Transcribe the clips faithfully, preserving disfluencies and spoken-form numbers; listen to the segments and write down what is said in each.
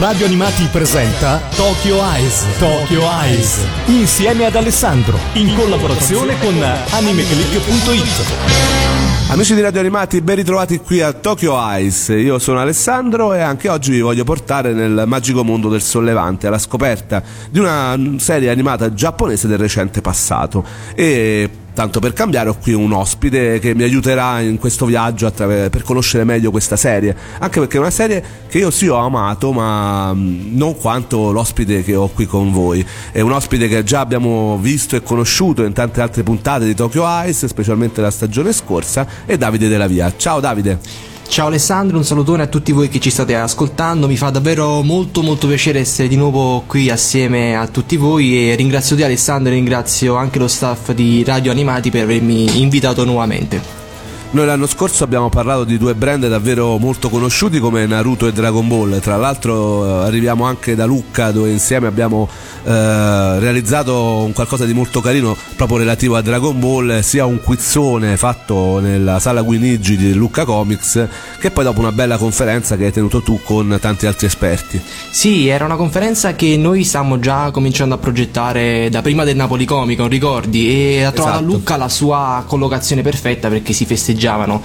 Radio Animati presenta Tokyo Eyes. Tokyo Eyes. Insieme ad Alessandro. In collaborazione con animeclick punto it. Amici di Radio Animati, ben ritrovati qui a Tokyo Eyes. Io sono Alessandro e anche oggi vi voglio portare nel magico mondo del sollevante, alla scoperta di una serie animata giapponese del recente passato. E tanto per cambiare ho qui un ospite che mi aiuterà in questo viaggio attraver- per conoscere meglio questa serie, anche perché è una serie che io sì ho amato, ma non quanto l'ospite che ho qui con voi. È un ospite che già abbiamo visto e conosciuto in tante altre puntate di Tokyo Eyes, specialmente la stagione scorsa, è Davide Della Via. Ciao Davide. Ciao Alessandro, un salutone a tutti voi che ci state ascoltando. Mi fa davvero molto molto piacere essere di nuovo qui assieme a tutti voi e ringrazio te Alessandro e ringrazio anche lo staff di Radio Animati per avermi invitato nuovamente. Noi l'anno scorso abbiamo parlato di due brand davvero molto conosciuti come Naruto e Dragon Ball. Tra l'altro arriviamo anche da Lucca, dove insieme abbiamo eh, realizzato un qualcosa di molto carino proprio relativo a Dragon Ball, sia un quizzone fatto nella sala Guinigi di Lucca Comics, che poi dopo una bella conferenza che hai tenuto tu con tanti altri esperti. Sì, era una conferenza che noi stiamo già cominciando a progettare da prima del Napoli Comic Con, ricordi? E ha trovato Esatto. a Lucca la sua collocazione perfetta perché si festeggiava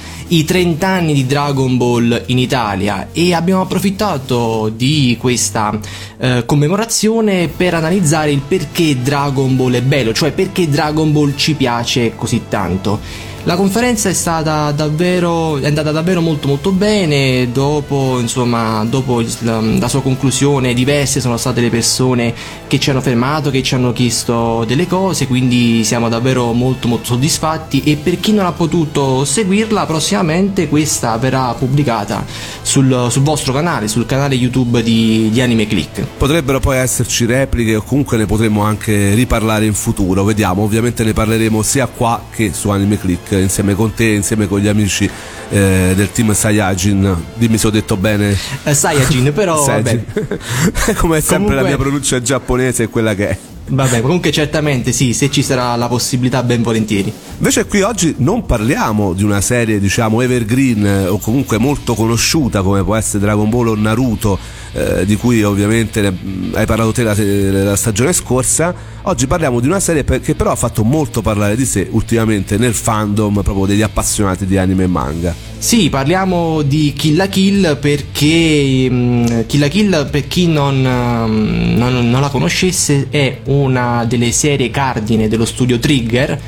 i trenta anni di Dragon Ball in Italia e abbiamo approfittato di questa eh, commemorazione per analizzare il perché Dragon Ball è bello, cioè perché Dragon Ball ci piace così tanto. La conferenza è stata davvero è andata davvero molto molto bene. Dopo insomma dopo la, la sua conclusione diverse sono state le persone che ci hanno fermato, che ci hanno chiesto delle cose, quindi siamo davvero molto molto soddisfatti. E per chi non ha potuto seguirla, prossimamente questa verrà pubblicata sul, sul vostro canale, sul canale YouTube di, di Animeclick. Potrebbero poi esserci repliche o comunque ne potremmo anche riparlare in futuro, vediamo. Ovviamente ne parleremo sia qua che su Animeclick, insieme con te, insieme con gli amici eh, del team Saiyajin. Dimmi se ho detto bene. eh, Saiyajin, però vabbè. Come sempre Comunque, la mia pronuncia giapponese è quella che è. Vabbè, comunque certamente sì, se ci sarà la possibilità ben volentieri. Invece qui oggi non parliamo di una serie diciamo evergreen eh, o comunque molto conosciuta come può essere Dragon Ball o Naruto, eh, di cui ovviamente ne, mh, hai parlato te la, la stagione scorsa. Oggi parliamo di una serie per, che però ha fatto molto parlare di sé ultimamente nel fandom proprio degli appassionati di anime e manga. Sì, parliamo di Kill la Kill perché um, Kill la Kill, per chi non, um, non, non la conoscesse, è una delle serie cardine dello studio Trigger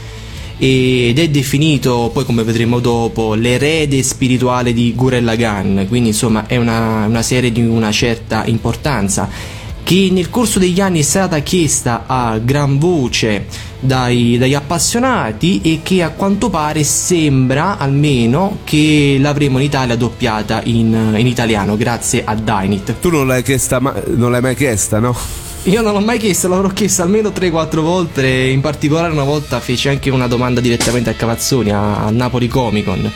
ed è definito poi, come vedremo dopo, l'erede spirituale di Gurren Lagann, quindi insomma è una, una serie di una certa importanza che nel corso degli anni è stata chiesta a gran voce dai, dagli appassionati e che a quanto pare sembra almeno che l'avremo in Italia doppiata in, in italiano grazie a Dynit. Tu non l'hai chiesta, ma non l'hai mai chiesta, no? Io non l'ho mai chiesto, l'avrò chiesto almeno tre quattro volte, e in particolare una volta feci anche una domanda direttamente a Cavazzoni a, a Napoli Comic Con.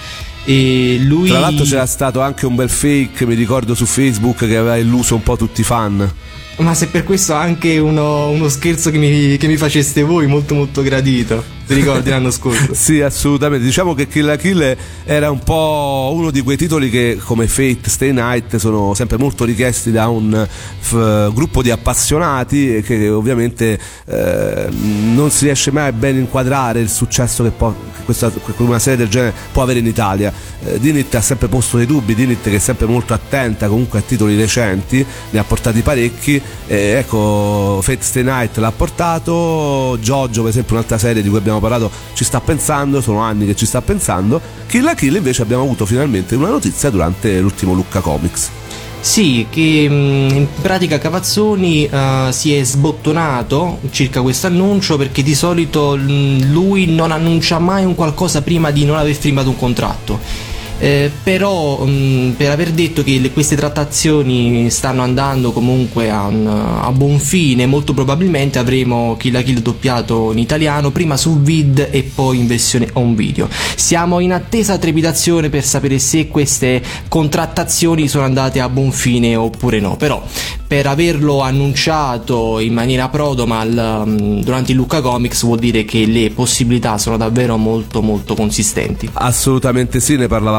E lui... Tra l'altro c'era stato anche un bel fake, mi ricordo, su Facebook, che aveva illuso un po' tutti i fan. Ma se per questo anche uno, uno scherzo che mi, che mi faceste voi, molto molto gradito. Ti ricordi l'anno scorso? Sì, assolutamente. Diciamo che Kill la Kill era un po' uno di quei titoli che, come Fate, Stay Night, sono sempre molto richiesti da un f- gruppo di appassionati e che ovviamente eh, non si riesce mai a ben inquadrare il successo che, può, che questa, una serie del genere può avere in Italia. eh, Dinit ha sempre posto dei dubbi, Dinit che è sempre molto attenta comunque a titoli recenti, ne ha portati parecchi. E ecco, Fate Stay Night l'ha portato, JoJo per esempio, un'altra serie di cui abbiamo parlato, ci sta pensando, sono anni che ci sta pensando. Kill la Kill invece abbiamo avuto finalmente una notizia durante l'ultimo Lucca Comics. Sì, che mh, in pratica Cavazzoni uh, si è sbottonato circa questo annuncio, perché di solito mh, lui non annuncia mai un qualcosa prima di non aver firmato un contratto. Eh, però mh, per aver detto che le, queste trattazioni stanno andando comunque a, un, a buon fine, molto probabilmente avremo Kill la Kill doppiato in italiano, prima su vid e poi in versione home video. Siamo in attesa a trepidazione per sapere se queste contrattazioni sono andate a buon fine oppure no, però per averlo annunciato in maniera prodoma al, durante il Lucca Comics vuol dire che le possibilità sono davvero molto molto consistenti. Assolutamente sì, ne parlavamo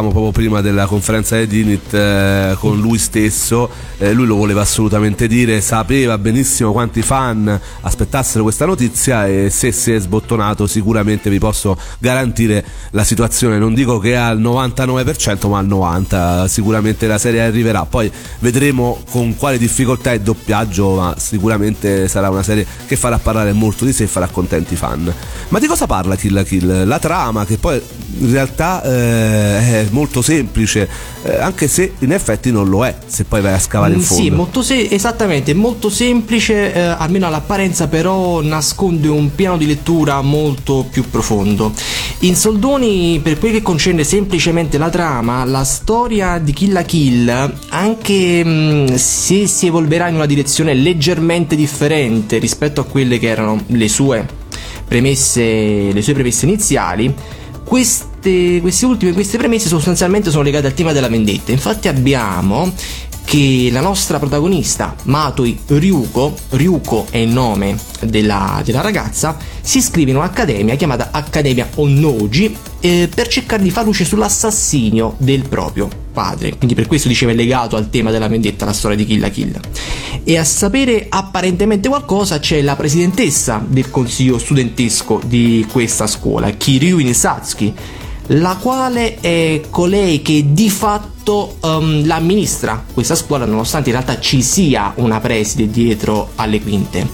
parlavamo proprio prima della conferenza di Dinit eh, con lui stesso, eh, lui lo voleva assolutamente dire, sapeva benissimo quanti fan aspettassero questa notizia, e se si è sbottonato sicuramente vi posso garantire la situazione, non dico che al novantanove per cento ma al novanta per cento sicuramente la serie arriverà, poi vedremo con quale difficoltà e doppiaggio, ma sicuramente sarà una serie che farà parlare molto di sé e farà contenti i fan. Ma di cosa parla Kill la Kill? La trama, che poi in realtà eh, è molto semplice, eh, anche se in effetti non lo è, se poi vai a scavare in fondo. Sì, molto se- esattamente, molto semplice, eh, almeno all'apparenza, però nasconde un piano di lettura molto più profondo. In soldoni, per quel che concerne semplicemente la trama, la storia di Kill la Kill, anche mh, se si evolverà in una direzione leggermente differente rispetto a quelle che erano le sue premesse, le sue premesse iniziali, queste, queste ultime queste premesse sostanzialmente sono legate al tema della vendetta. Infatti abbiamo che la nostra protagonista, Matoi Ryuko, Ryuko è il nome della, della ragazza, si iscrive in un'accademia chiamata Accademia Onnoji eh, per cercare di far luce sull'assassinio del proprio padre. Quindi per questo dicevo è legato al tema della vendetta, la storia di Kill la Kill. E a sapere apparentemente qualcosa c'è la presidentessa del consiglio studentesco di questa scuola, Kiryuin Satsuki, la quale è colei che di fatto um, l'amministra questa scuola, nonostante in realtà ci sia una preside dietro alle quinte.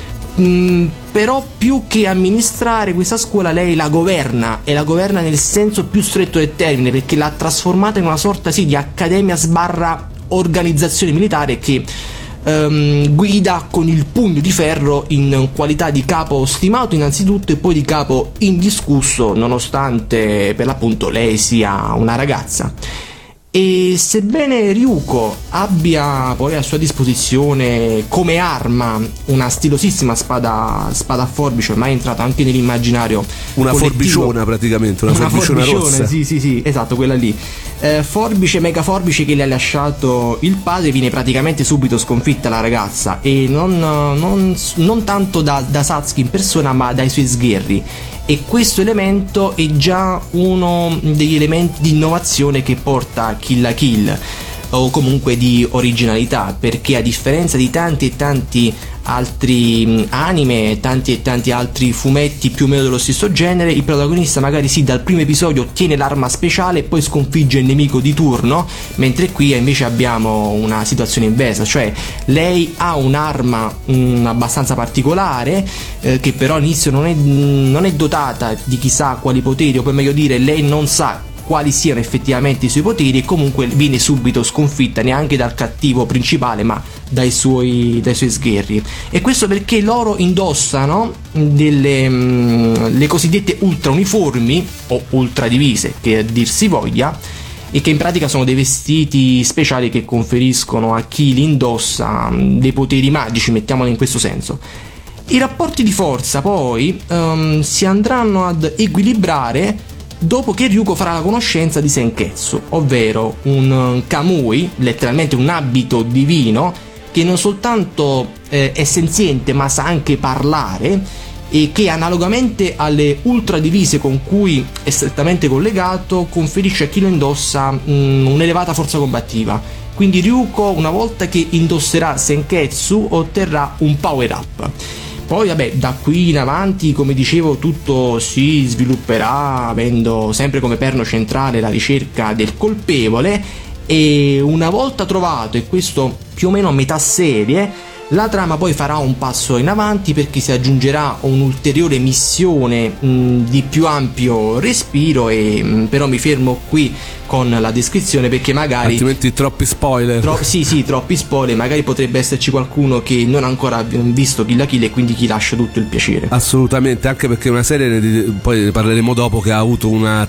Mm, però più che amministrare questa scuola, lei la governa, e la governa nel senso più stretto del termine, perché l'ha trasformata in una sorta sì di accademia sbarra organizzazione militare che Um, guida con il pugno di ferro in qualità di capo stimato innanzitutto e poi di capo indiscusso, nonostante per l'appunto lei sia una ragazza. E sebbene Ryuko abbia poi a sua disposizione come arma una stilosissima spada, spada a forbice, ormai è entrata anche nell'immaginario una collettivo. forbiciona praticamente, una, una forbiciona, forbiciona rossa. Sì, sì, sì, esatto, quella lì. Eh, forbice, mega forbice che le ha lasciato il padre, viene praticamente subito sconfitta la ragazza, e non, non, non tanto da, da Satsuki in persona, ma dai suoi sgherri. E questo elemento è già uno degli elementi di innovazione che porta Kill la Kill, o comunque di originalità, perché a differenza di tanti e tanti altri anime, tanti e tanti altri fumetti più o meno dello stesso genere, il protagonista magari sì dal primo episodio ottiene l'arma speciale e poi sconfigge il nemico di turno, mentre qui invece abbiamo una situazione inversa, cioè lei ha un'arma mh, abbastanza particolare eh, che però all'inizio non è, non è dotata di chissà quali poteri, o per meglio dire lei non sa quali siano effettivamente i suoi poteri, e comunque viene subito sconfitta neanche dal cattivo principale ma dai suoi, dai suoi sgherri. E questo perché loro indossano delle mh, le cosiddette ultra uniformi o ultra divise, che a dir si voglia, e che in pratica sono dei vestiti speciali che conferiscono a chi li indossa mh, dei poteri magici, mettiamolo in questo senso. I rapporti di forza poi um, si andranno ad equilibrare dopo che Ryuko farà la conoscenza di Senketsu, ovvero un kamui, letteralmente un abito divino, che non soltanto eh, è senziente ma sa anche parlare, e che analogamente alle ultradivise con cui è strettamente collegato conferisce a chi lo indossa mh, un'elevata forza combattiva. Quindi Ryuko, una volta che indosserà Senketsu, otterrà un power up. Poi vabbè, da qui in avanti, come dicevo, tutto si svilupperà avendo sempre come perno centrale la ricerca del colpevole, e una volta trovato, e questo più o meno a metà serie, la trama poi farà un passo in avanti, perché si aggiungerà un'ulteriore missione mh, di più ampio respiro, e mh, però mi fermo qui con la descrizione, perché magari altrimenti troppi spoiler. Tro- sì sì troppi spoiler, magari potrebbe esserci qualcuno che non ha ancora visto Kill la Kill e quindi chi lascia tutto il piacere. Assolutamente, anche perché è una serie, poi ne parleremo dopo, che ha avuto una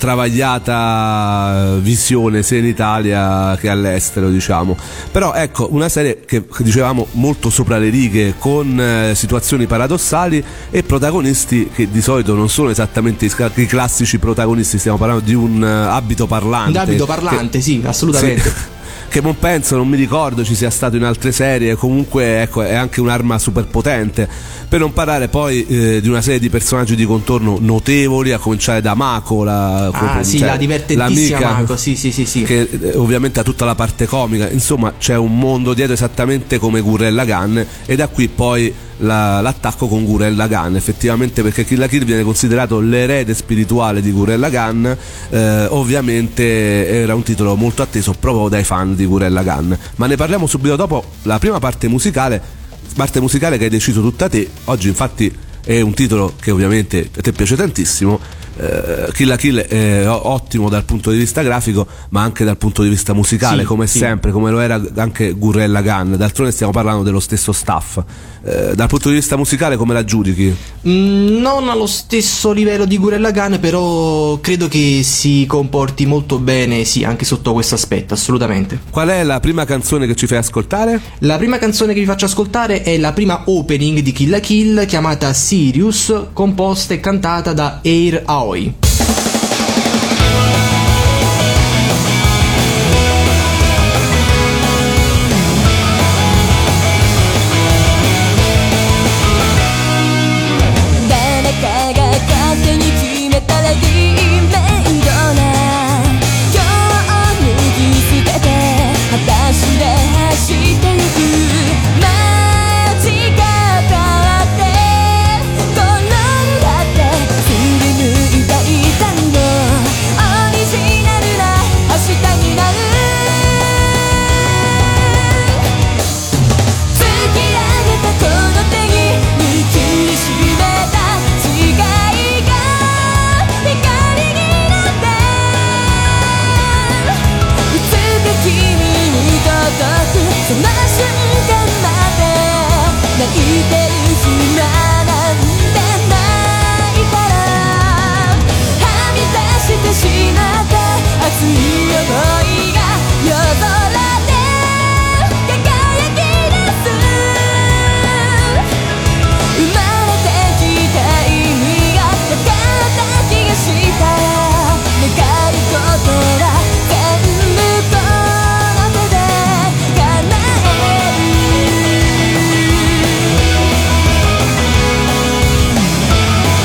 travagliata visione sia in Italia che all'estero, diciamo. Però ecco, una serie che dicevamo molto sopra le righe, con eh, situazioni paradossali e protagonisti che di solito non sono esattamente i, i classici protagonisti. Stiamo parlando di un uh, abito parlante. Un abito parlante, che, sì, assolutamente. Sì, che non penso, non mi ricordo ci sia stato in altre serie. Comunque ecco, è anche un'arma super potente, per non parlare poi eh, di una serie di personaggi di contorno notevoli, a cominciare da Mako, la, ah, sì, cioè, la divertentissima l'amica, Mako, sì, sì, sì, sì. che eh, ovviamente ha tutta la parte comica. Insomma, c'è un mondo dietro esattamente come Gurren Lagann, e da qui poi la, l'attacco con Gurren Lagann, effettivamente, perché Kill la Kill viene considerato l'erede spirituale di Gurren Lagann. eh, ovviamente era un titolo molto atteso proprio dai fan di Gurren Lagann, ma ne parliamo subito dopo la prima parte musicale, parte musicale che hai deciso tutta te oggi. Infatti è un titolo che ovviamente a te piace tantissimo. Uh, Kill la Kill è ottimo dal punto di vista grafico, ma anche dal punto di vista musicale, sì, come sì. sempre, come lo era anche Gurren Lagann. D'altronde stiamo parlando dello stesso staff. Uh, dal punto di vista musicale come la giudichi? Mm, non allo stesso livello di Gurren Lagann, però credo che si comporti molto bene, sì, anche sotto questo aspetto, assolutamente. Qual è la prima canzone che ci fai ascoltare? La prima canzone che vi faccio ascoltare è la prima opening di Kill la Kill, chiamata Sirius, composta e cantata da Air Aoi.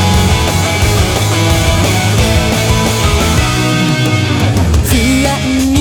「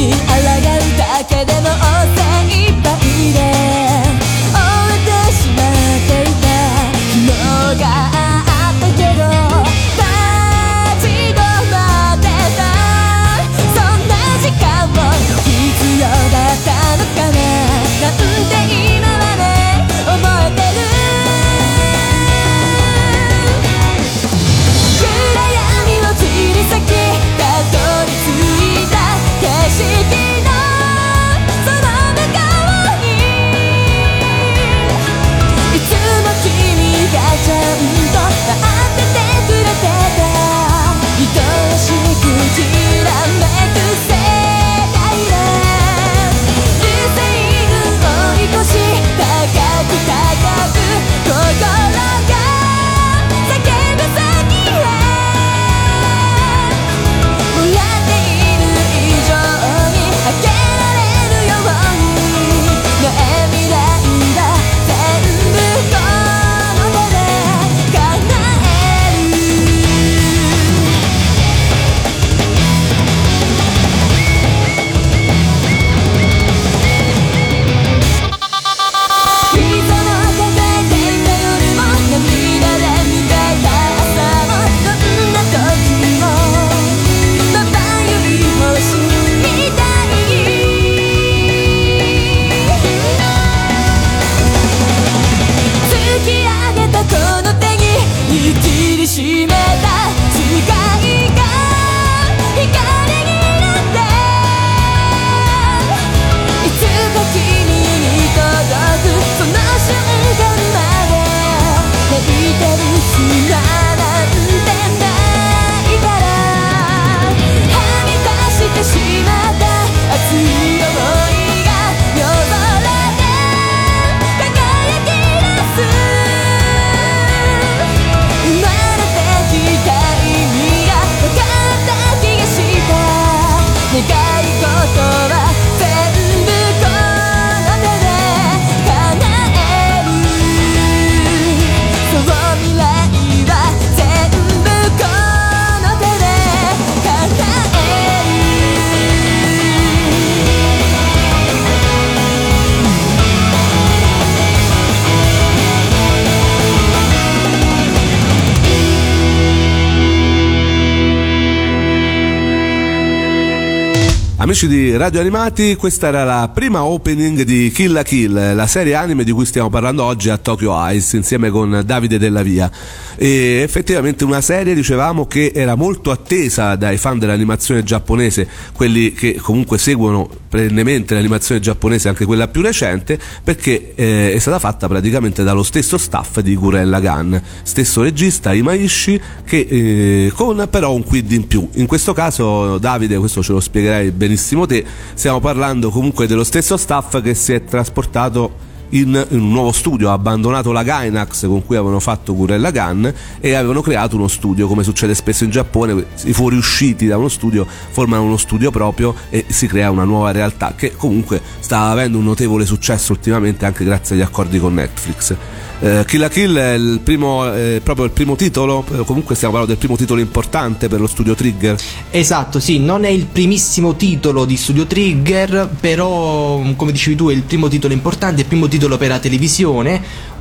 Amici di Radio Animati, questa era la prima opening di Kill la Kill, la serie anime di cui stiamo parlando oggi a Tokyo Eyes insieme con Davide Della Via. E effettivamente una serie, dicevamo, che era molto attesa dai fan dell'animazione giapponese, quelli che comunque seguono perennemente l'animazione giapponese, anche quella più recente, perché eh, è stata fatta praticamente dallo stesso staff di Gurren Lagann, stesso regista Imaishi, che eh, con però un quid in più. In questo caso, Davide, questo ce lo spiegherai benissimo te, stiamo parlando comunque dello stesso staff che si è trasportato in, in un nuovo studio, ha abbandonato la Gainax con cui avevano fatto Gurren Lagann e avevano creato uno studio, come succede spesso in Giappone, i fuoriusciti da uno studio formano uno studio proprio e si crea una nuova realtà che comunque sta avendo un notevole successo ultimamente anche grazie agli accordi con Netflix. Uh, Kill la Kill è il primo, eh, proprio il primo titolo, comunque stiamo parlando del primo titolo importante per lo studio Trigger. Esatto, sì, non è il primissimo titolo di studio Trigger, però come dicevi tu è il primo titolo importante, il primo titolo per la televisione,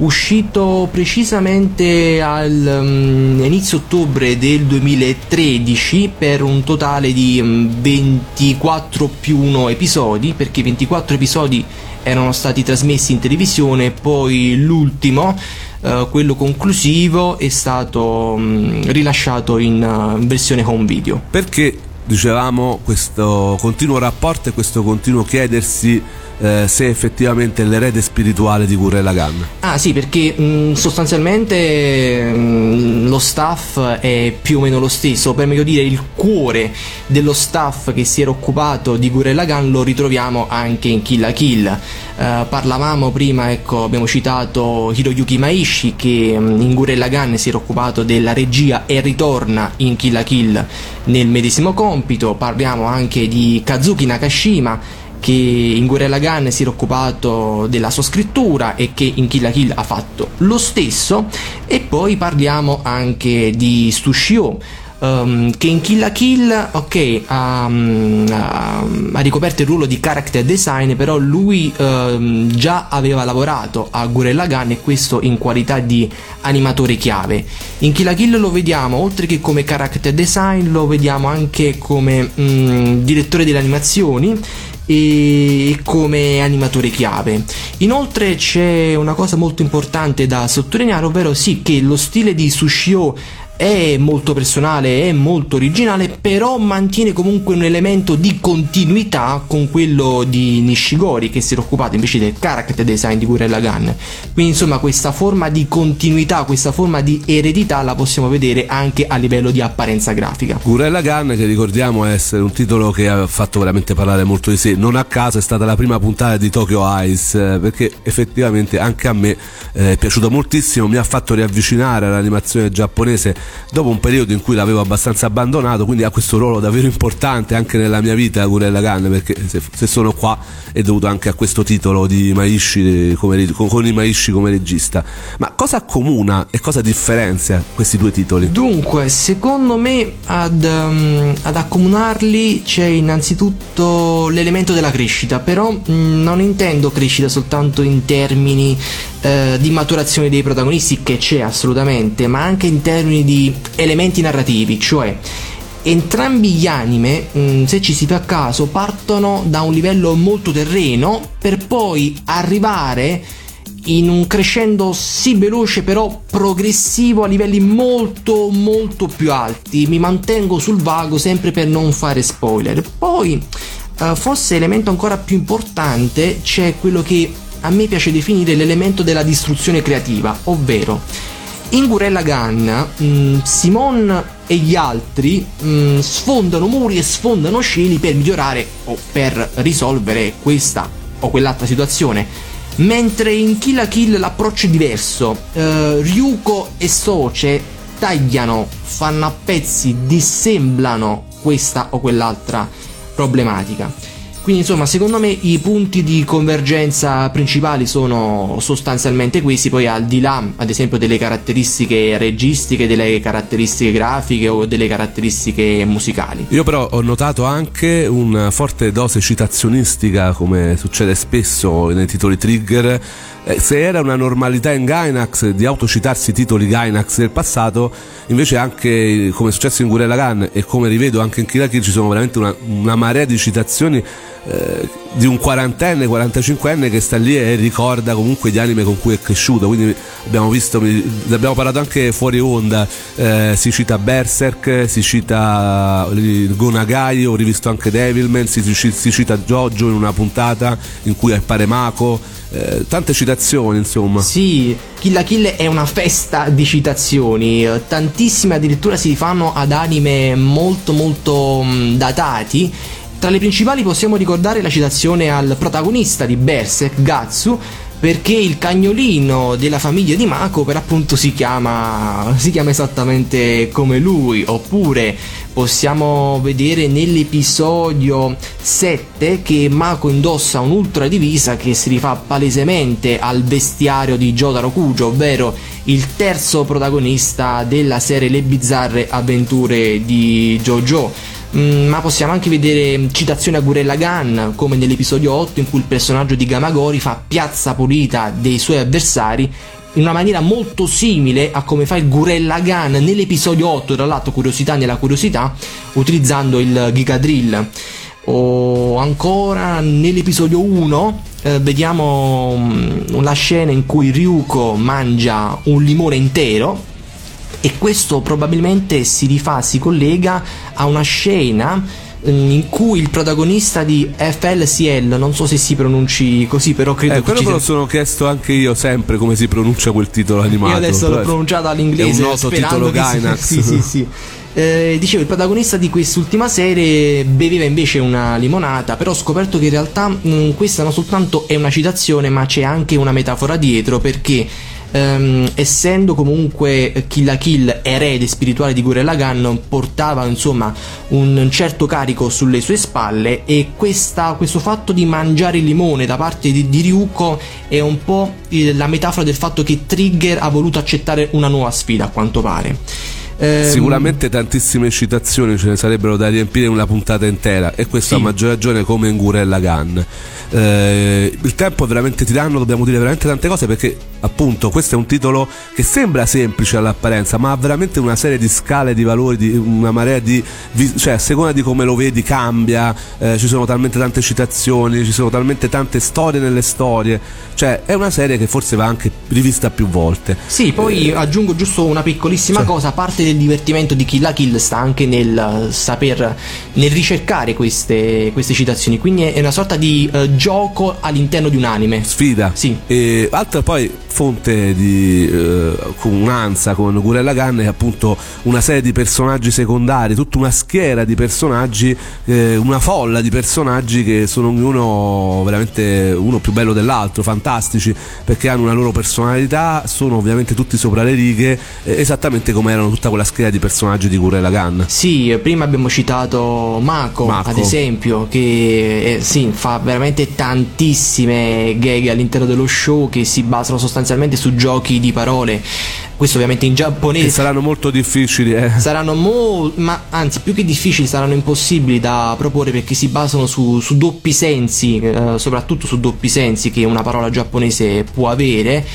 uscito precisamente all'inizio um, ottobre del duemilatredici per un totale di um, ventiquattro più uno episodi, perché ventiquattro episodi erano stati trasmessi in televisione, poi l'ultimo, uh, quello conclusivo, è stato um, rilasciato in uh, versione home video. Perché, dicevamo, questo continuo rapporto e questo continuo chiedersi eh, se effettivamente è l'erede spirituale di Gurren Lagann? Ah sì, perché mh, sostanzialmente mh, lo staff è più o meno lo stesso, per meglio dire il cuore dello staff che si era occupato di Gurren Lagann lo ritroviamo anche in Kill la Kill. Uh, parlavamo prima, ecco, abbiamo citato Hiroyuki Imaishi che mh, in Gurren Lagann si era occupato della regia e ritorna in Kill la Kill nel medesimo compito. Parliamo anche di Kazuki Nakashima che in Gurren Lagann si era occupato della sua scrittura e che in Kill la Kill ha fatto lo stesso. E poi parliamo anche di Tsushio, um, che in Kill la Kill ok ha, ha, ha ricoperto il ruolo di character design, però lui um, già aveva lavorato a Gurren Lagann, e questo in qualità di animatore chiave. In Kill la Kill lo vediamo, oltre che come character design, lo vediamo anche come um, direttore delle animazioni e come animatore chiave. Inoltre c'è una cosa molto importante da sottolineare, ovvero sì che lo stile di Tsushio è molto personale, è molto originale, però mantiene comunque un elemento di continuità con quello di Nishigori, che si era occupato invece del character design di Gurren Lagann. Quindi insomma questa forma di continuità, questa forma di eredità la possiamo vedere anche a livello di apparenza grafica. Gurren Lagann, che ricordiamo essere un titolo che ha fatto veramente parlare molto di sé, non a caso è stata la prima puntata di Tokyo Eyes, perché effettivamente anche a me è piaciuto moltissimo, mi ha fatto riavvicinare all'animazione giapponese dopo un periodo in cui l'avevo abbastanza abbandonato, quindi ha questo ruolo davvero importante anche nella mia vita Gurren Lagann, perché se, se sono qua è dovuto anche a questo titolo di Imaishi come, con, con Imaishi come regista. Ma cosa accomuna e cosa differenzia questi due titoli? Dunque, secondo me ad, um, ad accomunarli c'è innanzitutto l'elemento della crescita, però mh, non intendo crescita soltanto in termini eh, di maturazione dei protagonisti, che c'è assolutamente, ma anche in termini di elementi narrativi, cioè entrambi gli anime, mh, se ci si fa caso, partono da un livello molto terreno per poi arrivare in un crescendo sì veloce però progressivo a livelli molto molto più alti. Mi mantengo sul vago sempre per non fare spoiler. Poi uh, forse elemento ancora più importante, c'è quello che a me piace definire l'elemento della distruzione creativa, ovvero in Gurren Lagann mh, Simon e gli altri mh, sfondano muri e sfondano cieli per migliorare o per risolvere questa o quell'altra situazione, mentre in Kill la Kill l'approccio è diverso. uh, Ryuko e Soce tagliano, fanno a pezzi, dissemblano questa o quell'altra problematica. Quindi insomma secondo me i punti di convergenza principali sono sostanzialmente questi, poi al di là ad esempio delle caratteristiche registiche, delle caratteristiche grafiche o delle caratteristiche musicali. Io però ho notato anche una forte dose citazionistica, come succede spesso nei titoli Trigger, Eh, se era una normalità in Gainax di autocitarsi titoli Gainax del passato, invece anche come è successo in Gurren Lagann e come rivedo anche in Kill la Kill ci sono veramente una, una marea di citazioni eh, di un quarantenne, quarantacinquenne che sta lì e ricorda comunque gli anime con cui è cresciuto. Quindi abbiamo visto, ne abbiamo parlato anche fuori onda, eh, si cita Berserk, si cita Go Nagai, ho rivisto anche Devilman, si, si, si cita JoJo in una puntata in cui appare Mako, eh, tante citazioni insomma. Sì, Kill la Kill è una festa di citazioni, tantissime addirittura si rifanno ad anime molto molto mh, datati. Tra le principali possiamo ricordare la citazione al protagonista di Berserk, Gatsu, perché il cagnolino della famiglia di Mako per appunto si chiama si chiama esattamente come lui. Oppure possiamo vedere nell'episodio sette che Mako indossa un'ultra divisa che si rifà palesemente al vestiario di Jotaro Kujo, ovvero il terzo protagonista della serie Le bizzarre avventure di JoJo. Mm, ma possiamo anche vedere citazioni a Gurren Lagann, come nell'episodio otto in cui il personaggio di Gamagori fa piazza pulita dei suoi avversari in una maniera molto simile a come fa il Gurren Lagann nell'episodio otto, tra l'altro curiosità nella curiosità, utilizzando il Giga Drill. O ancora nell'episodio uno eh, vediamo mm, la scena in cui Ryuko mangia un limone intero, e questo probabilmente si rifà, si collega a una scena in cui il protagonista di F L C L, non so se si pronunci così, però credo eh, che quello ci me lo sia... sono chiesto anche io sempre come si pronuncia quel titolo animato. Io adesso l'ho pronunciato all'inglese, è un noto titolo Gainax. Si... sì sì sì eh, dicevo, il protagonista di quest'ultima serie beveva invece una limonata, però ho scoperto che in realtà mh, questa non soltanto è una citazione, ma c'è anche una metafora dietro, perché Um, essendo comunque Kill la Kill erede spirituale di Gurren Lagann, portava insomma un certo carico sulle sue spalle, e questa, questo fatto di mangiare il limone da parte di, di Ryuko è un po' la metafora del fatto che Trigger ha voluto accettare una nuova sfida, a quanto pare. Sicuramente tantissime citazioni ce ne sarebbero da riempire una puntata intera, e questo sì, a maggior ragione come in Gurren Lagann. Eh, il tempo è veramente tiranno, dobbiamo dire veramente tante cose, perché appunto questo è un titolo che sembra semplice all'apparenza, ma ha veramente una serie di scale di valori, di una marea di, cioè a seconda di come lo vedi cambia, eh, ci sono talmente tante citazioni, ci sono talmente tante storie nelle storie, cioè è una serie che forse va anche rivista più volte. Sì, poi eh, aggiungo giusto una piccolissima cioè, cosa, a parte del divertimento di Kill la Kill sta anche nel saper, nel ricercare queste, queste citazioni, quindi è una sorta di uh, gioco all'interno di un anime, sfida. Sì. E altra poi fonte di eh, comunanza con Gurren Lagann è appunto una serie di personaggi secondari, tutta una schiera di personaggi, eh, una folla di personaggi che sono ognuno veramente uno più bello dell'altro, fantastici perché hanno una loro personalità, sono ovviamente tutti sopra le righe, eh, esattamente come erano tutta quella schiera di personaggi di Gurren Lagann. Sì, prima abbiamo citato Mako, Mako. ad esempio, che eh, sì, fa veramente tantissime gag all'interno dello show che si basano sostanzialmente su giochi di parole. Questo ovviamente in giapponese, che saranno molto difficili, eh. saranno molto, ma anzi più che difficili saranno impossibili da proporre, perché si basano su, su doppi sensi, eh, soprattutto su doppi sensi che una parola giapponese può avere.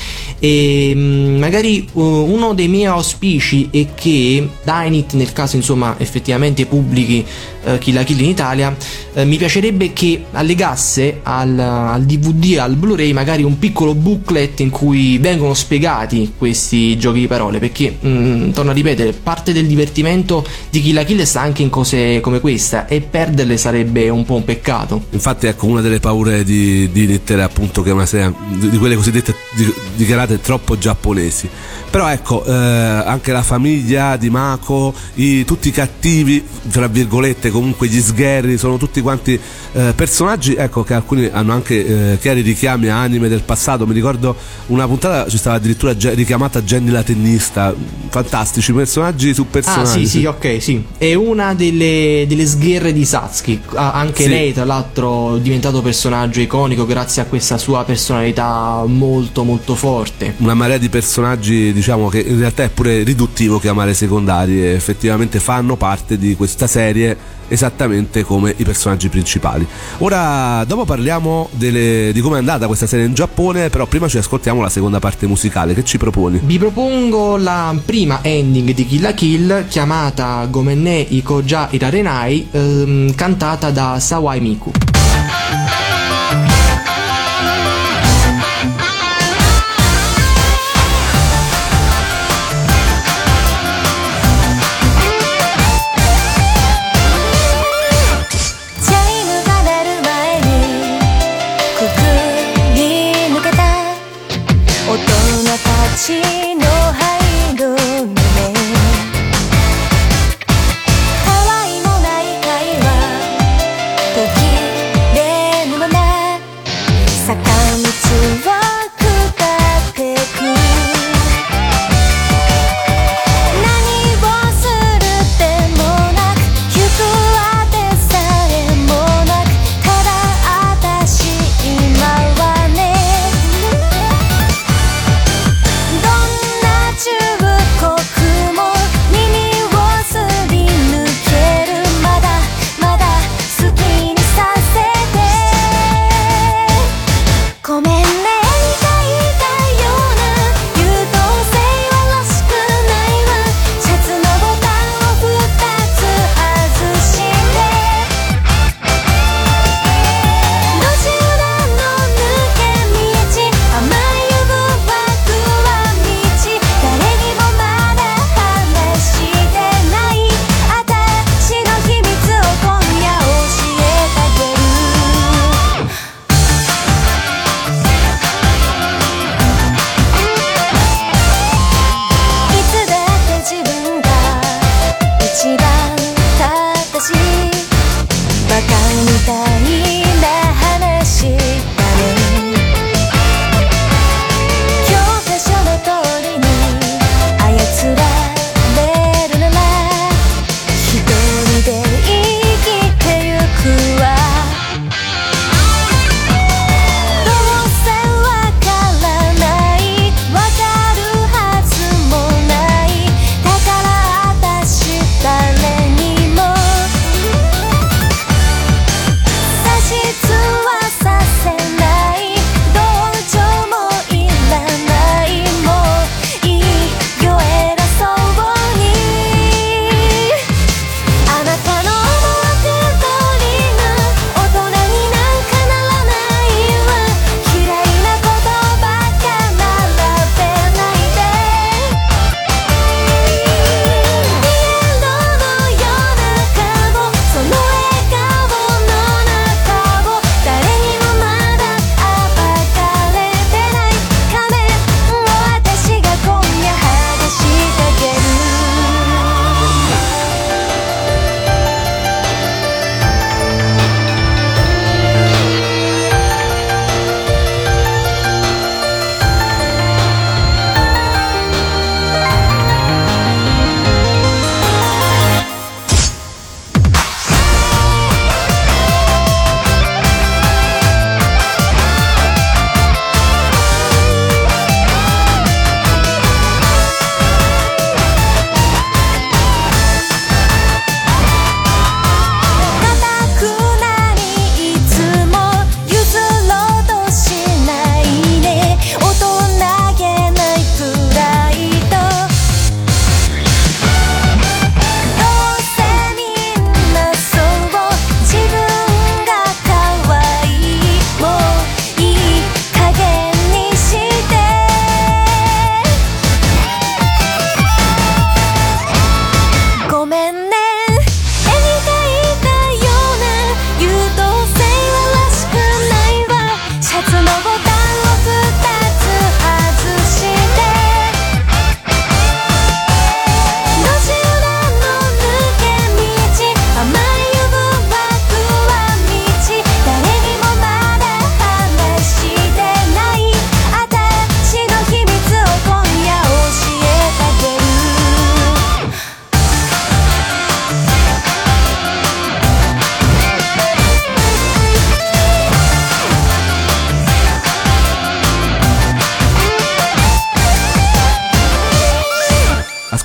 E mh, magari uh, uno dei miei auspici è che Dynit, nel caso insomma effettivamente pubblichi uh, Kill la Kill in Italia, uh, mi piacerebbe che allegasse al, al D V D, al Blu-ray, magari un piccolo booklet in cui vengono spiegati questi giochi di parole, perché mh, torno a ripetere, parte del divertimento di Kill la Kill sta anche in cose come questa, e perderle sarebbe un po' un peccato. Infatti ecco, una delle paure di, di Nettere appunto che è una serie di, di quelle cosiddette di, dichiarate troppo giapponesi. Però ecco, eh, anche la famiglia di Mako, i, tutti i cattivi tra virgolette, comunque gli sgherri, sono tutti quanti eh, personaggi, ecco, che alcuni hanno anche eh, chiari richiami a anime del passato. Mi ricordo una puntata ci stava addirittura richiamata Jenny la la tennista, fantastici personaggi su personaggi. Ah sì sì, ok, sì, è una delle, delle sgherre di Satsuki. Ah, anche Sì. lei tra l'altro è diventato personaggio iconico grazie a questa sua personalità molto molto forte. Una marea di personaggi, diciamo, che in realtà è pure riduttivo chiamare secondari, e effettivamente fanno parte di questa serie esattamente come i personaggi principali. Ora, dopo parliamo delle, di come è andata questa serie in Giappone, però prima ci ascoltiamo la seconda parte musicale. Che ci proponi? Vi propongo la prima ending di Kill la Kill, chiamata Gomenne Iko Ja Irarenai, ehm, cantata da Sawai Miku. 時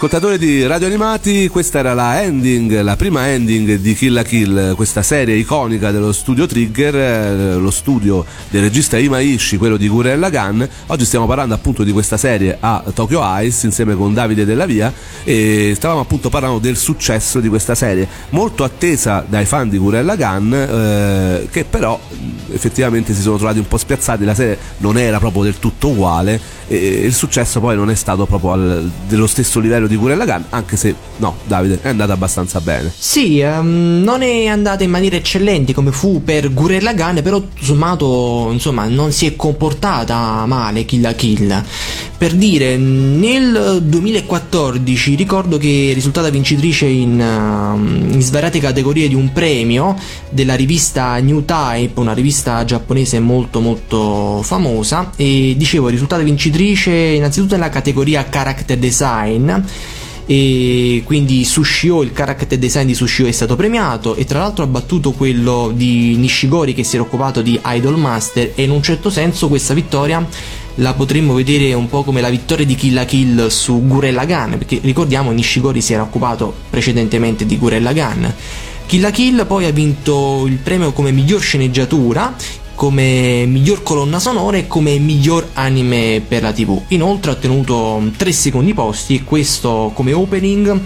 Ascoltatori di Radio Animati, questa era la ending, la prima ending di Kill la Kill, questa serie iconica dello studio Trigger, lo studio del regista Imaishi, quello di Gurren Lagann. Oggi stiamo parlando appunto di questa serie a Tokyo Ice insieme con Davide Della Via e stavamo appunto parlando del successo di questa serie, molto attesa dai fan di Gurren Lagann, eh, che però effettivamente si sono trovati un po' spiazzati. La serie non era proprio del tutto uguale e il successo poi non è stato proprio al, dello stesso livello di Gurren Lagann, anche se no, Davide, è andata abbastanza bene. Sì, um, non è andata in maniera eccellente come fu per Gurren Lagann, però tutto sommato insomma non si è comportata male Kill la Kill. Per dire, nel duemilaquattordici ricordo che è risultata vincitrice in, uh, in svariate categorie di un premio della rivista New Type, una rivista giapponese molto molto famosa, e dicevo è risultata vincitrice innanzitutto nella categoria Character Design, e quindi Sushio, il character design di Sushio è stato premiato, e tra l'altro ha battuto quello di Nishigori che si era occupato di Idol Master, e in un certo senso questa vittoria la potremmo vedere un po' come la vittoria di Kill la Kill su Gurren Lagann, perché ricordiamo Nishigori si era occupato precedentemente di Gurren Lagann. Kill la Kill poi ha vinto il premio come miglior sceneggiatura, come miglior colonna sonora e come miglior anime per la tivù. Inoltre ha ottenuto tre secondi posti, e questo come opening,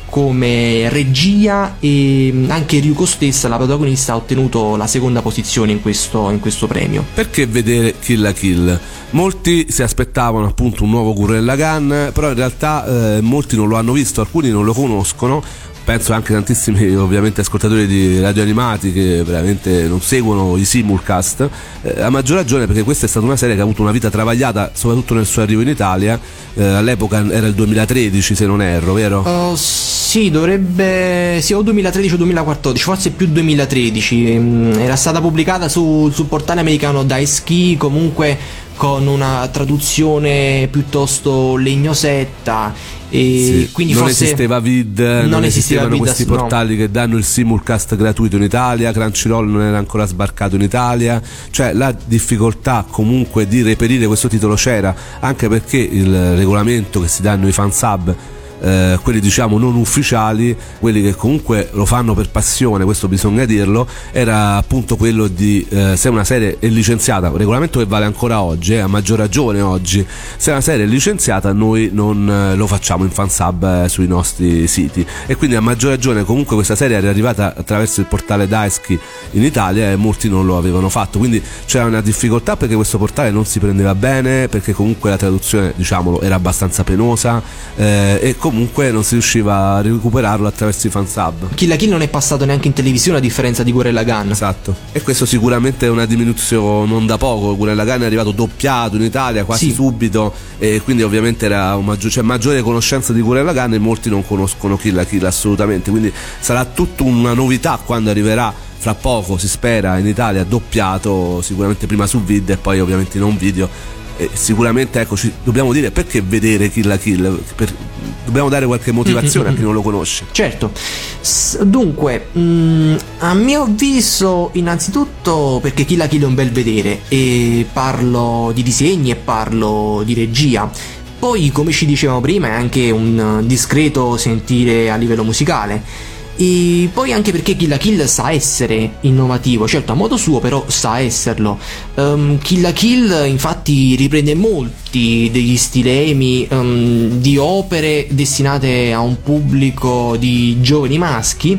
come regia, e anche Ryuko stessa, la protagonista, ha ottenuto la seconda posizione in questo, in questo premio. Perché vedere Kill la Kill? Molti si aspettavano appunto un nuovo Gurren Lagann, però in realtà eh, molti non lo hanno visto, alcuni non lo conoscono. Penso anche tantissimi ovviamente ascoltatori di Radio Animati che veramente non seguono i simulcast, eh, a maggior ragione perché questa è stata una serie che ha avuto una vita travagliata soprattutto nel suo arrivo in Italia. eh, all'epoca era il duemilatredici se non erro, vero? Uh, sì, dovrebbe sì, o duemilatredici o duemilaquattordici, forse più duemilatredici. Era stata pubblicata su, sul portale americano Daisuki, comunque con una traduzione piuttosto legnosetta, e sì, quindi non forse esisteva Vid, non, non esistevano Vid, questi no. portali che danno il simulcast gratuito in Italia, Crunchyroll non era ancora sbarcato in Italia, cioè la difficoltà comunque di reperire questo titolo c'era, anche perché il regolamento che si danno i fansub, Eh, quelli diciamo non ufficiali, quelli che comunque lo fanno per passione, questo bisogna dirlo, era appunto quello di eh, se una serie è licenziata, un regolamento che vale ancora oggi, eh, a maggior ragione oggi, se una serie è licenziata noi non eh, lo facciamo in fansub eh, sui nostri siti, e quindi a maggior ragione comunque questa serie era arrivata attraverso il portale Daisuki in Italia e molti non lo avevano fatto, quindi c'era una difficoltà perché questo portale non si prendeva bene, perché comunque la traduzione diciamolo era abbastanza penosa, eh, e comunque non si riusciva a recuperarlo attraverso i fansub. Kill la Kill non è passato neanche in televisione a differenza di Gurren Lagann. Esatto, e questo sicuramente è una diminuzione non da poco. Gurren Lagann è arrivato doppiato in Italia quasi sì. subito, e quindi ovviamente era un maggior, cioè maggiore conoscenza di Gurren Lagann, e molti non conoscono Kill la Kill assolutamente, quindi sarà tutta una novità quando arriverà fra poco, si spera, in Italia doppiato, sicuramente prima su vid e poi ovviamente in un video. E sicuramente eccoci, dobbiamo dire perché vedere Kill la Kill, per, dobbiamo dare qualche motivazione mm-hmm. a chi non lo conosce. Certo. S- dunque mh, a mio avviso innanzitutto perché Kill la Kill è un bel vedere, e parlo di disegni e parlo di regia. Poi come ci dicevamo prima è anche un discreto sentire a livello musicale. E poi anche perché Kill la Kill sa essere innovativo, certo a modo suo, però sa esserlo. um, Kill la Kill infatti riprende molti degli stilemi um, di opere destinate a un pubblico di giovani maschi,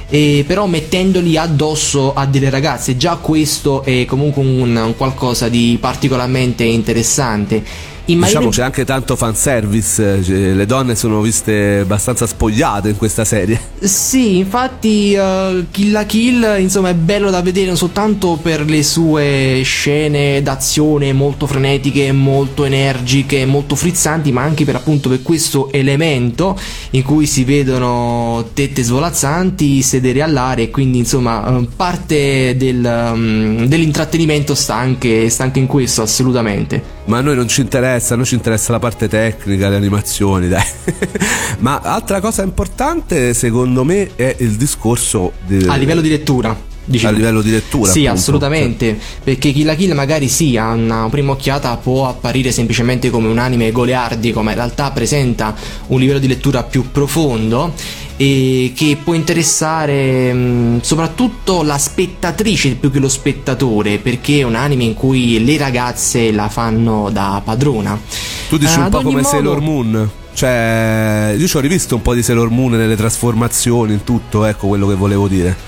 e però mettendoli addosso a delle ragazze. Già questo è comunque un, un qualcosa di particolarmente interessante. Diciamo c'è anche tanto fanservice, cioè, le donne sono viste abbastanza spogliate in questa serie. Sì, infatti uh, Kill la Kill insomma è bello da vedere non soltanto per le sue scene d'azione molto frenetiche, molto energiche, molto frizzanti, ma anche per appunto per questo elemento in cui si vedono tette svolazzanti, sedere all'aria, e quindi insomma parte del, um, dell'intrattenimento sta anche, sta anche in questo, assolutamente. Ma a noi non ci interessa, a noi ci interessa la parte tecnica, le animazioni, dai. Ma altra cosa importante secondo me è il discorso di... a livello di lettura. Dici a tu. livello di lettura. Sì, appunto. assolutamente, cioè. Perché Kill la Kill magari sì, a una prima occhiata può apparire semplicemente come un anime goliardico, ma in realtà presenta un livello di lettura più profondo e che può interessare mh, soprattutto la spettatrice più che lo spettatore, perché è un anime in cui le ragazze la fanno da padrona. Tu dici Uh, un ad po' ogni come modo- Sailor Moon. Cioè, io ci ho rivisto un po' di Sailor Moon nelle trasformazioni, in tutto, ecco quello che volevo dire.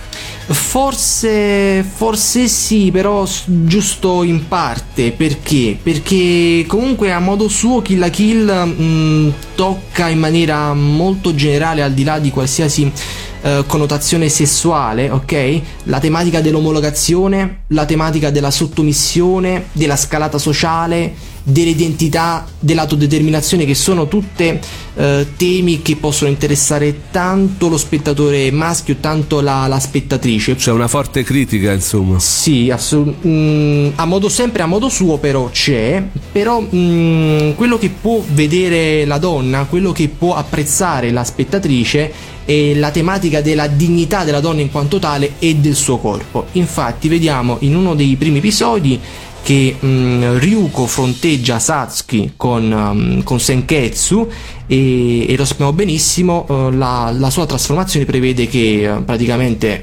Forse, forse sì, però s- giusto in parte. Perché? Perché comunque a modo suo Kill la Kill mh, tocca in maniera molto generale, al di là di qualsiasi eh, connotazione sessuale, ok? La tematica dell'omologazione, la tematica della sottomissione, della scalata sociale, dell'identità, dell'autodeterminazione, che sono tutte eh, temi che possono interessare tanto lo spettatore maschio, tanto la, la spettatrice. C'è una forte critica, insomma. Sì, assolut- mm, a modo sempre a modo suo, però c'è. Però mm, quello che può vedere la donna, quello che può apprezzare la spettatrice è la tematica della dignità della donna in quanto tale e del suo corpo. Infatti vediamo in uno dei primi episodi che mh, Ryuko fronteggia Satsuki con, um, con Senketsu e, e lo sappiamo benissimo, uh, la, la sua trasformazione prevede che uh, praticamente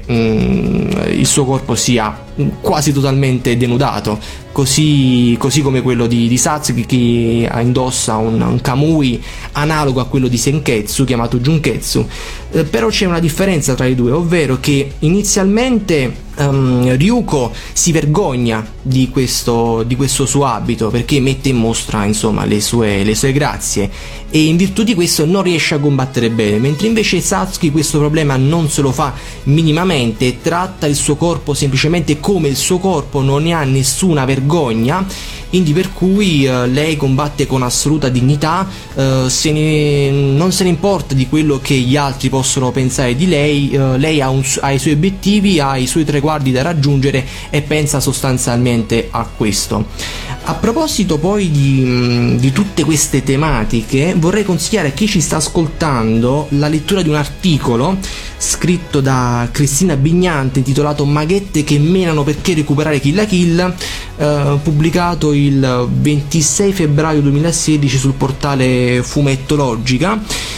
mh, il suo corpo sia quasi totalmente denudato, così, così come quello di, di Satsuki, che indossa un, un kamui analogo a quello di Senketsu chiamato Junketsu. Eh, però c'è una differenza tra i due, ovvero che inizialmente um, Ryuko si vergogna di questo, di questo suo abito, perché mette in mostra insomma le sue, le sue grazie, e in virtù di questo non riesce a combattere bene, mentre invece Satsuki questo problema non se lo fa minimamente, tratta il suo corpo semplicemente come il suo corpo, non ne ha nessuna vergogna, quindi per cui uh, lei combatte con assoluta dignità, uh, se ne, non se ne importa di quello che gli altri possono pensare di lei, uh, lei ha, un, ha i suoi obiettivi, ha i suoi traguardi da raggiungere e pensa sostanzialmente a questo. A proposito poi di, di tutte queste tematiche, vorrei consigliare a chi ci sta ascoltando la lettura di un articolo scritto da Cristina Bignante intitolato Maghette che menano perché recuperare Kill la Kill, eh, pubblicato il ventisei febbraio duemilasedici sul portale Fumettologica,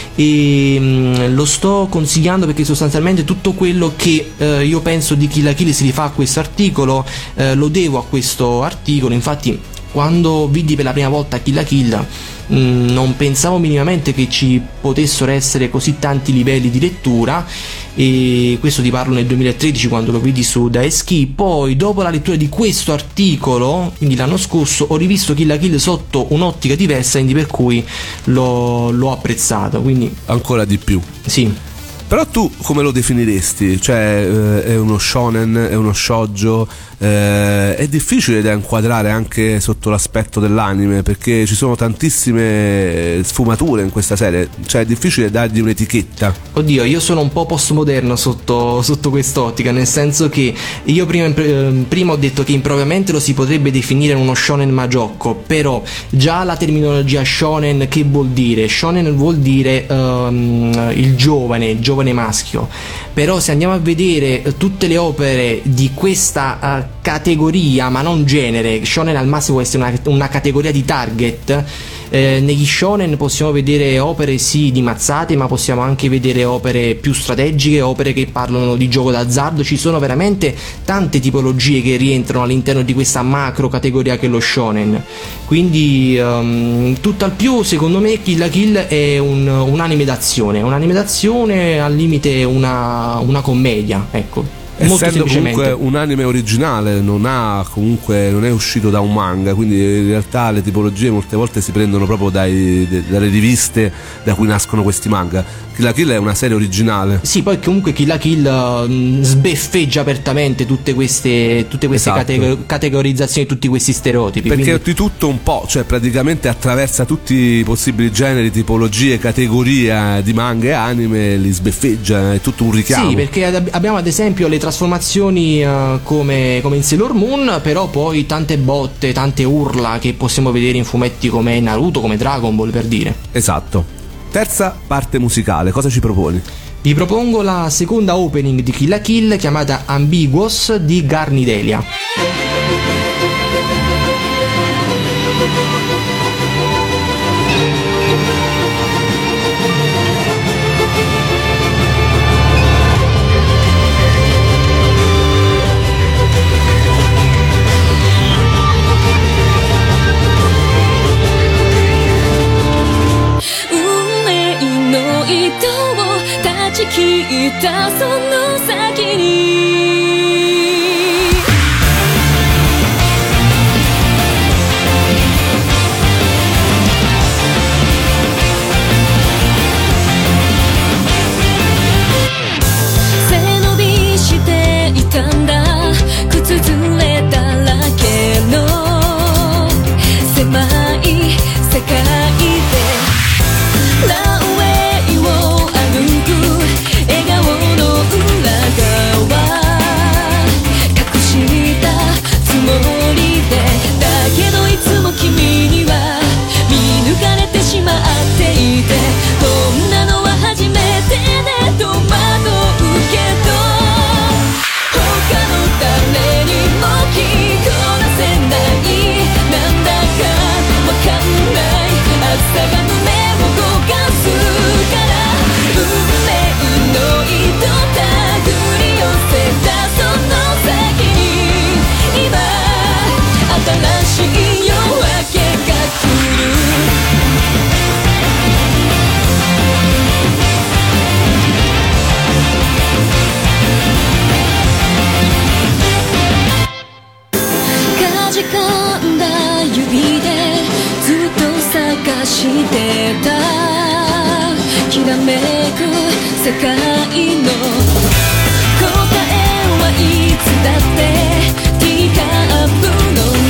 e mh, lo sto consigliando perché sostanzialmente tutto quello che eh, io penso di Kill la Kill si rifà a questo articolo, eh, lo devo a questo articolo. Infatti quando vidi per la prima volta Kill la Kill mh, non pensavo minimamente che ci potessero essere così tanti livelli di lettura, e questo ti parlo nel duemilatredici quando lo vidi su Daeski. Poi dopo la lettura di questo articolo, quindi l'anno scorso, ho rivisto Kill la Kill sotto un'ottica diversa, quindi per cui l'ho, l'ho apprezzato, quindi Ancora di più. sì. Però tu come lo definiresti? Cioè eh, è uno shonen, è uno shoujo, eh, è difficile da inquadrare anche sotto l'aspetto dell'anime, perché ci sono tantissime sfumature in questa serie, cioè è difficile dargli un'etichetta. Oddio, io sono un po' postmoderno sotto, sotto quest'ottica, nel senso che io prima, prima ho detto che impropriamente lo si potrebbe definire uno shonen magiocco, però già la terminologia shonen che vuol dire? Shonen vuol dire um, il giovane, giovane maschio, però se andiamo a vedere tutte le opere di questa uh, categoria, ma non genere, shonen al massimo può essere una, una categoria di target. Eh, negli shonen possiamo vedere opere sì di mazzate, ma possiamo anche vedere opere più strategiche, opere che parlano di gioco d'azzardo. Ci sono veramente tante tipologie che rientrano all'interno di questa macro categoria che è lo shonen. Quindi um, tutt'al più secondo me Kill la Kill è un, un anime d'azione, un anime d'azione, al limite una, una commedia, ecco. Molto Essendo semplicemente comunque un anime originale, non ha comunque non è uscito da un manga, quindi in realtà le tipologie molte volte si prendono proprio dai, de, dalle riviste da cui nascono questi manga. Kill la Kill è una serie originale. Sì, poi comunque Kill la Kill uh, sbeffeggia apertamente tutte queste, tutte queste Esatto. categ- categorizzazioni, tutti questi stereotipi. Perché quindi... di tutto un po', cioè praticamente attraversa tutti i possibili generi, tipologie, categorie di manga e anime, li sbeffeggia, è tutto un richiamo. Sì, perché ad- abbiamo ad esempio le trasformazioni uh, come, come in Sailor Moon, però poi tante botte, tante urla che possiamo vedere in fumetti come Naruto, come Dragon Ball, per dire. Esatto. Terza parte musicale, cosa ci proponi? Vi propongo la seconda opening di Kill la Kill chiamata Ambiguous di Garnidelia. 切ったその先に背伸びしていたんだ靴ずれだらけの狭い世界でランウェイを歩く笑顔の裏側隠したつもりでだけどいつも君には見抜かれてしまっていてこんなのは初めてね戸惑うけど他の誰にも聞こなせないなんだかわかんない朝が胸を焦がすから運命の糸手繰り寄せたその先に今新しい夜明けが来るかじかんだ指でずっと探してたきらめく世界の答えはいつだってティーカップの中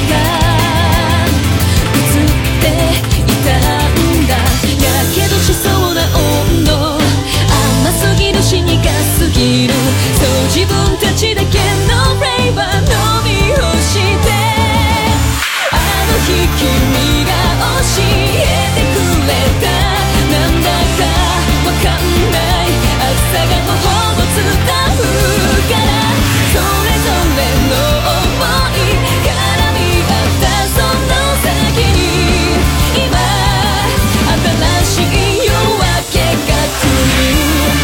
映っていたんだやけどしそうな温度甘すぎるし苦すぎるそう自分たちだけのフレーバー飲み干してあの日君が教えてくれたなんだかわかんない朝がもほぼ伝うからそれぞれの想い絡み合ったその先に今新しい夜明けが来る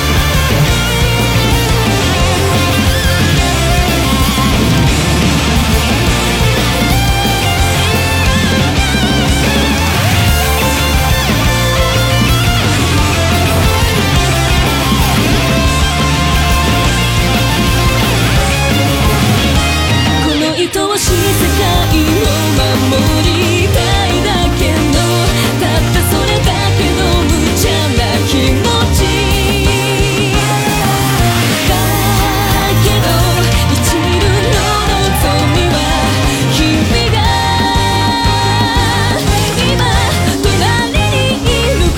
愛しい世界を守りたいだけのたったそれだけの無茶な気持ちだけど一縷の望みは君が今隣にいる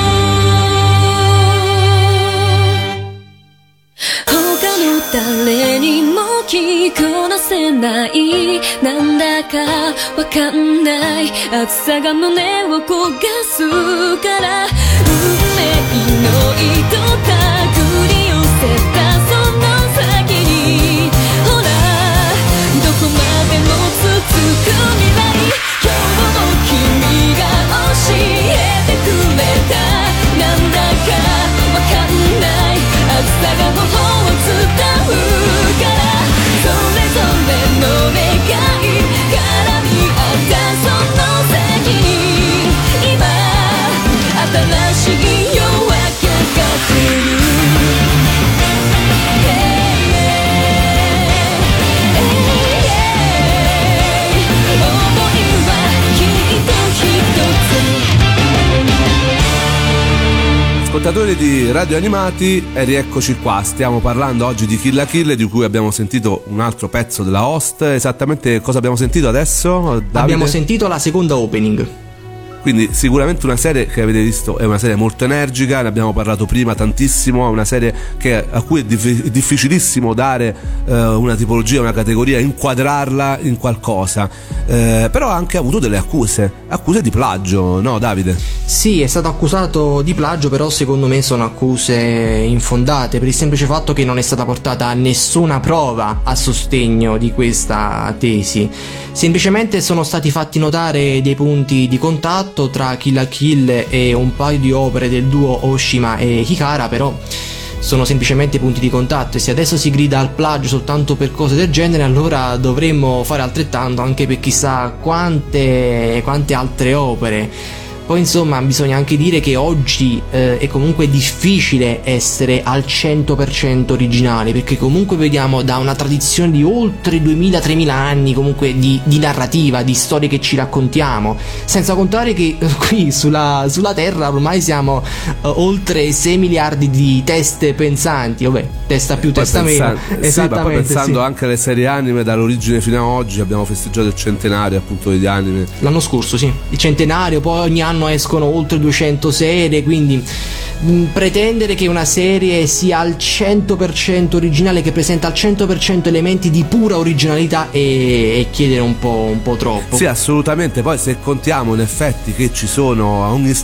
こと他の誰にも聞こなせないなんだかわかんない暑さが胸を焦がすから運命の糸手繰り寄せたその先にほらどこまでも続く未来今日も君が教えてくれたなんだかわかんない暑さがもほを伝うからそれぞれの願い絡み合ったその先に今新しい夜明けが来る Ascoltatori di Radio Animati, e rieccoci qua. Stiamo parlando oggi di Kill la Kill, di cui abbiamo sentito un altro pezzo della host. Esattamente cosa abbiamo sentito adesso, Davide? Abbiamo sentito la seconda opening. Quindi sicuramente una serie che avete visto è una serie molto energica, ne abbiamo parlato prima tantissimo, è una serie che, a cui è, dif- è difficilissimo dare eh, una tipologia, una categoria, inquadrarla in qualcosa, eh, però ha anche avuto delle accuse, accuse di plagio, no Davide? Sì, è stato accusato di plagio, però secondo me sono accuse infondate, per il semplice fatto che non è stata portata nessuna prova a sostegno di questa tesi. Semplicemente sono stati fatti notare dei punti di contatto tra Kill la Kill e un paio di opere del duo Oshima e Hikara, però sono semplicemente punti di contatto, e se adesso si grida al plagio soltanto per cose del genere, allora dovremmo fare altrettanto anche per chissà quante, quante altre opere. Poi insomma bisogna anche dire che oggi eh, è comunque difficile essere al cento per cento originali, perché comunque vediamo da una tradizione di oltre duemila tremila anni comunque di, di narrativa, di storie che ci raccontiamo, senza contare che eh, qui sulla, sulla Terra ormai siamo eh, oltre sei miliardi di teste pensanti, vabbè, testa più, poi testa pensa- meno. sì, ma poi pensando sì. anche alle serie anime dall'origine fino a oggi, abbiamo festeggiato il centenario appunto degli anime. L'anno scorso, sì, il centenario, poi ogni anno escono oltre duecento serie, quindi mh, pretendere che una serie sia al cento per cento originale, che presenta al cento per cento elementi di pura originalità, è, è chiedere un po', un po' troppo. Sì, assolutamente. Poi se contiamo in effetti che ci sono a ogni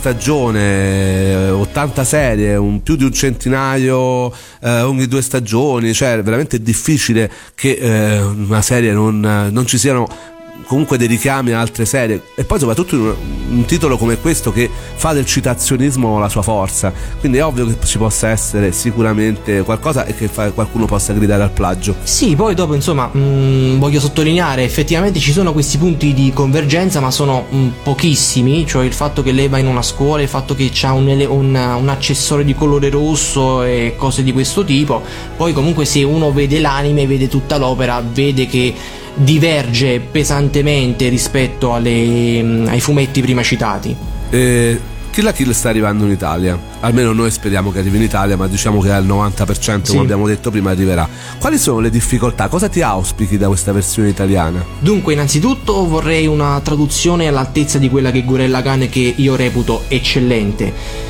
stagione ottanta serie, un, più di un centinaio eh, ogni due stagioni, cioè veramente è difficile che eh, una serie non, non ci siano comunque dei richiami a altre serie, e poi soprattutto in un, un titolo come questo che fa del citazionismo la sua forza, quindi è ovvio che ci possa essere sicuramente qualcosa e che fa, qualcuno possa gridare al plagio. Sì, poi dopo insomma mh, voglio sottolineare, effettivamente ci sono questi punti di convergenza, ma sono mh, pochissimi, cioè il fatto che lei va in una scuola, il fatto che c'ha un, un, un accessorio di colore rosso e cose di questo tipo. Poi comunque se uno vede l'anime, vede tutta l'opera, vede che diverge pesantemente rispetto alle, ai fumetti prima citati. eh, Kill la Kill sta arrivando in Italia, almeno noi speriamo che arrivi in Italia, ma diciamo che al novanta per cento, sì, come abbiamo detto prima, arriverà. Quali sono le difficoltà? Cosa ti auspichi da questa versione italiana? Dunque, innanzitutto vorrei una traduzione all'altezza di quella che Gurren Lagann, che io reputo eccellente.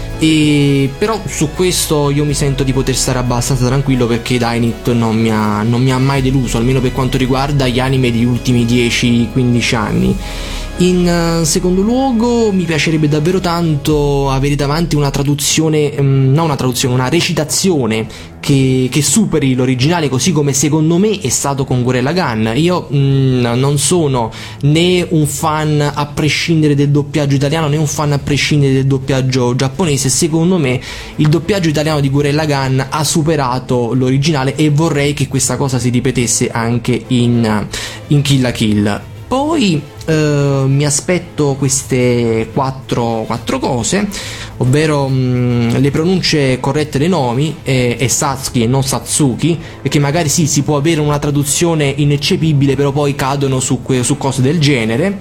E però su questo io mi sento di poter stare abbastanza tranquillo, perché Dynit non mi ha, non mi ha mai deluso, almeno per quanto riguarda gli anime degli ultimi dieci quindici anni. In uh, secondo luogo mi piacerebbe davvero tanto avere davanti una traduzione, um, non una traduzione, una recitazione che, che superi l'originale, così come secondo me è stato con Gurren Lagann. Io mm, non sono né un fan a prescindere del doppiaggio italiano, né un fan a prescindere del doppiaggio giapponese. Secondo me il doppiaggio italiano di Gurren Lagann ha superato l'originale, e vorrei che questa cosa si ripetesse anche in, in Kill la Kill. Poi Uh, mi aspetto queste quattro, quattro cose, ovvero mh, le pronunce corrette dei nomi, e, e Satsuki e non Satsuki, perché magari sì, si può avere una traduzione ineccepibile, però poi cadono su, que- su cose del genere.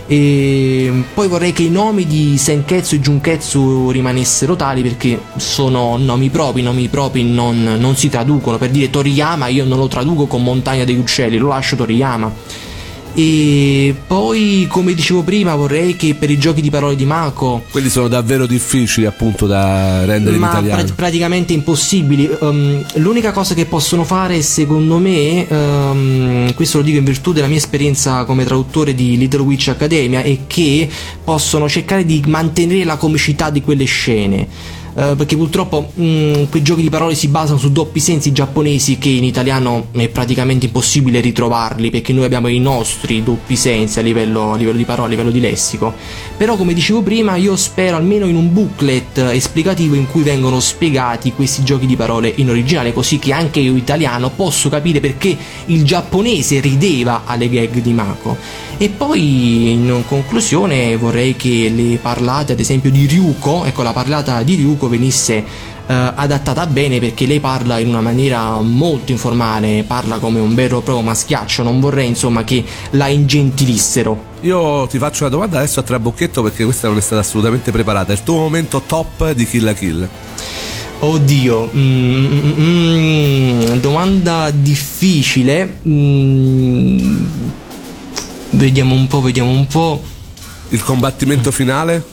E poi vorrei che i nomi di Senketsu e Junketsu rimanessero tali, perché sono nomi propri, nomi propri non, non si traducono. Per dire Toriyama io non lo traduco con Montagna degli Uccelli, lo lascio Toriyama. E poi, come dicevo prima, vorrei che per i giochi di parole di Mako, quelli sono davvero difficili appunto da rendere ma in italiano, pra- praticamente impossibili. Um, l'unica cosa che possono fare, secondo me, um, questo lo dico in virtù della mia esperienza come traduttore di Little Witch Academia, è che possono cercare di mantenere la comicità di quelle scene. Uh, perché purtroppo mh, quei giochi di parole si basano su doppi sensi giapponesi, che in italiano è praticamente impossibile ritrovarli, perché noi abbiamo i nostri doppi sensi a livello, a livello di parole, a livello di lessico. Però, come dicevo prima, io spero almeno in un booklet esplicativo in cui vengono spiegati questi giochi di parole in originale, così che anche io italiano posso capire perché il giapponese rideva alle gag di Mako. E poi, in conclusione, vorrei che le parlate, ad esempio, di Ryuko, ecco, la parlata di Ryuko venisse uh, adattata bene, perché lei parla in una maniera molto informale, parla come un vero e proprio maschiaccio. Non vorrei insomma che la ingentilissero. Io ti faccio una domanda adesso a trabocchetto, perché questa non è stata assolutamente preparata. Il tuo momento top di Kill la Kill? Oddio, mm, mm, mm, domanda difficile. mm, Vediamo un po', vediamo un po'. Il combattimento finale?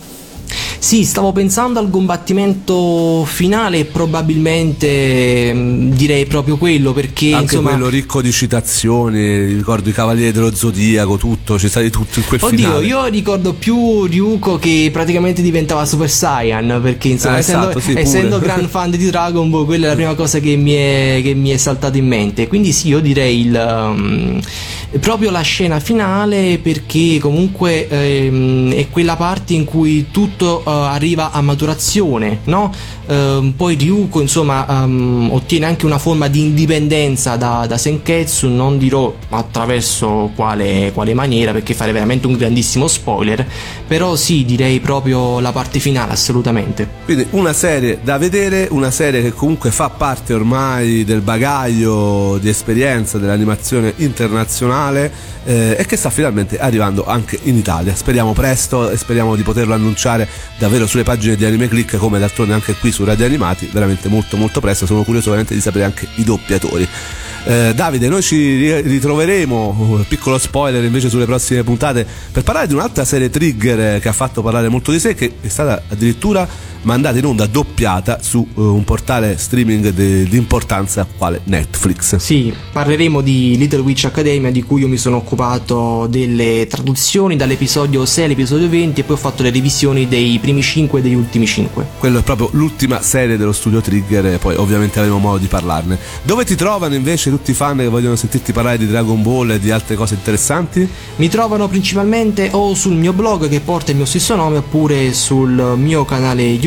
Sì, stavo pensando al combattimento finale e probabilmente mh, direi proprio quello, perché anche insomma quello ricco di citazioni, ricordo i Cavalieri dello Zodiaco, tutto, c'è stato tutto in quel Oddio, finale. io ricordo più Ryuko che praticamente diventava Super Saiyan, perché insomma Eh, essendo, esatto, sì, essendo pure. gran fan di Dragon Ball, quella è la prima cosa che mi è, che mi è saltata in mente. Quindi sì, io direi il, um, proprio la scena finale, perché comunque ehm, è quella parte in cui tutto uh, arriva a maturazione, no? Uh, poi Ryuko insomma um, ottiene anche una forma di indipendenza da, da Senketsu, non dirò attraverso quale, quale maniera, perché fare veramente un grandissimo spoiler, però sì, direi proprio la parte finale, assolutamente. Quindi una serie da vedere, una serie che comunque fa parte ormai del bagaglio di esperienza dell'animazione internazionale eh, e che sta finalmente arrivando anche in Italia. Speriamo presto e speriamo di poterlo annunciare davvero sulle pagine di Anime Click, come d'altronde anche qui su Radio Animati, veramente molto molto presto. Sono curioso veramente di sapere anche i doppiatori. Eh, Davide, noi ci ritroveremo, piccolo spoiler invece, sulle prossime puntate per parlare di un'altra serie trigger che ha fatto parlare molto di sé, che è stata addirittura mandata in onda doppiata su uh, un portale streaming di importanza quale Netflix. Sì, parleremo di Little Witch Academia, di cui io mi sono occupato delle traduzioni dall'episodio sei all'episodio venti, e poi ho fatto le revisioni dei primi cinque e degli ultimi cinque. Quello è proprio l'ultima serie dello studio Trigger, e poi ovviamente avremo modo di parlarne. Dove ti trovano invece tutti i fan che vogliono sentirti parlare di Dragon Ball e di altre cose interessanti? Mi trovano principalmente o sul mio blog, che porta il mio stesso nome, oppure sul mio canale YouTube,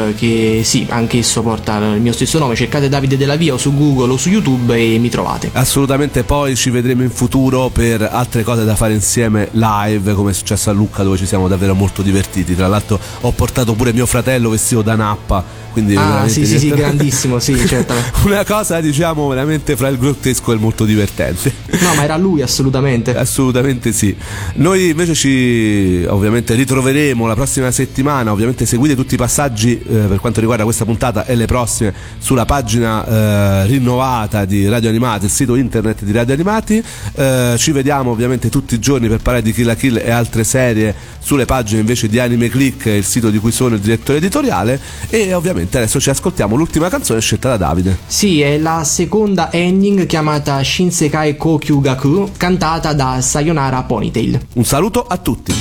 che sì, anche esso porta il mio stesso nome. Cercate Davide Della Via o su Google o su YouTube e mi trovate. Assolutamente. Poi ci vedremo in futuro per altre cose da fare insieme live, come è successo a Lucca, dove ci siamo davvero molto divertiti. Tra l'altro ho portato pure mio fratello vestito da Nappa, quindi ah sì sì sì, grandissimo, sì, certo. Una cosa diciamo veramente fra il grottesco e il molto divertente. No, ma era lui, assolutamente. Assolutamente sì. Noi invece ci ovviamente ritroveremo la prossima settimana. Ovviamente seguite tutti i passaggi eh, per quanto riguarda questa puntata e le prossime sulla pagina eh, rinnovata di Radio Animati, il sito internet di Radio Animati. Eh, ci vediamo ovviamente tutti i giorni per parlare di Kill la Kill e altre serie sulle pagine invece di Anime Click, il sito di cui sono il direttore editoriale. E ovviamente adesso ci ascoltiamo l'ultima canzone scelta da Davide. Sì, è la seconda ending, chiamata Shinsekai Kokyugaku, cantata da Sayonara Ponytail. Un saluto a tutti.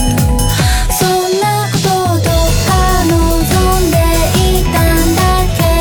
そんなこととか望んでいたんだけ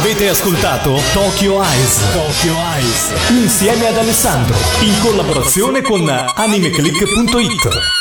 Avete ascoltato Tokyo Eyes. Tokyo Eyes insieme ad Alessandro in collaborazione con animeclick punto it.